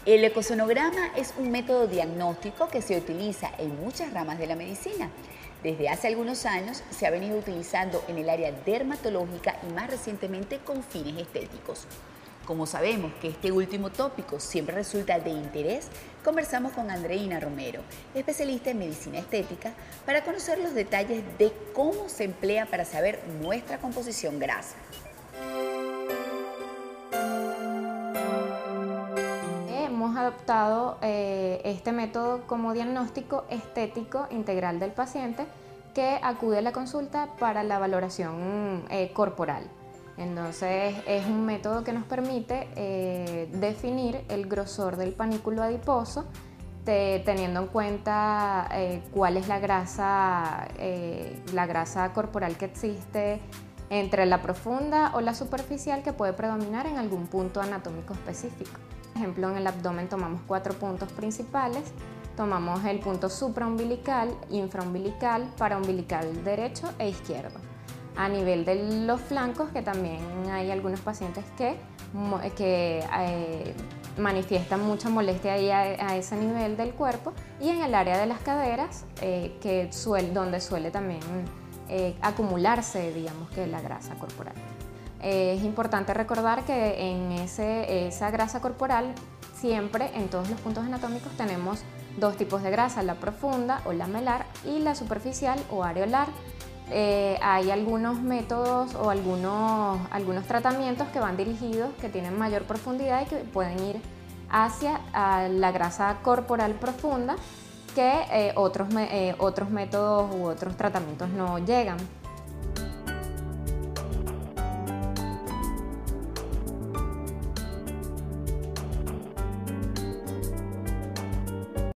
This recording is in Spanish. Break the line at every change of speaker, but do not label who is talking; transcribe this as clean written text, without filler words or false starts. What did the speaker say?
El ecosonograma es un método diagnóstico que se utiliza en muchas ramas de la medicina. Desde hace algunos años se ha venido utilizando en el área dermatológica y más recientemente con fines estéticos. Como sabemos que este último tópico siempre resulta de interés, conversamos con Andreina Romero, especialista en medicina estética, para conocer los detalles de cómo se emplea para saber nuestra composición grasa.
Hemos adoptado este método como diagnóstico estético integral del paciente que acude a la consulta para la valoración corporal. Entonces es un método que nos permite definir el grosor del panículo adiposo teniendo en cuenta cuál es la grasa corporal que existe entre la profunda o la superficial que puede predominar en algún punto anatómico específico. Por ejemplo, en el abdomen tomamos 4 puntos principales. Tomamos el punto supraumbilical, infraumbilical, paraumbilical derecho e izquierdo. A nivel de los flancos, que también hay algunos pacientes que manifiestan mucha molestia ahí a ese nivel del cuerpo, y en el área de las caderas, donde suele también acumularse, digamos, que la grasa corporal. Es importante recordar que en esa grasa corporal siempre en todos los puntos anatómicos tenemos 2 tipos de grasa, la profunda o la melar y la superficial o areolar. Hay algunos métodos o algunos tratamientos que van dirigidos, que tienen mayor profundidad y que pueden ir hacia la grasa corporal profunda que otros métodos u otros tratamientos no llegan.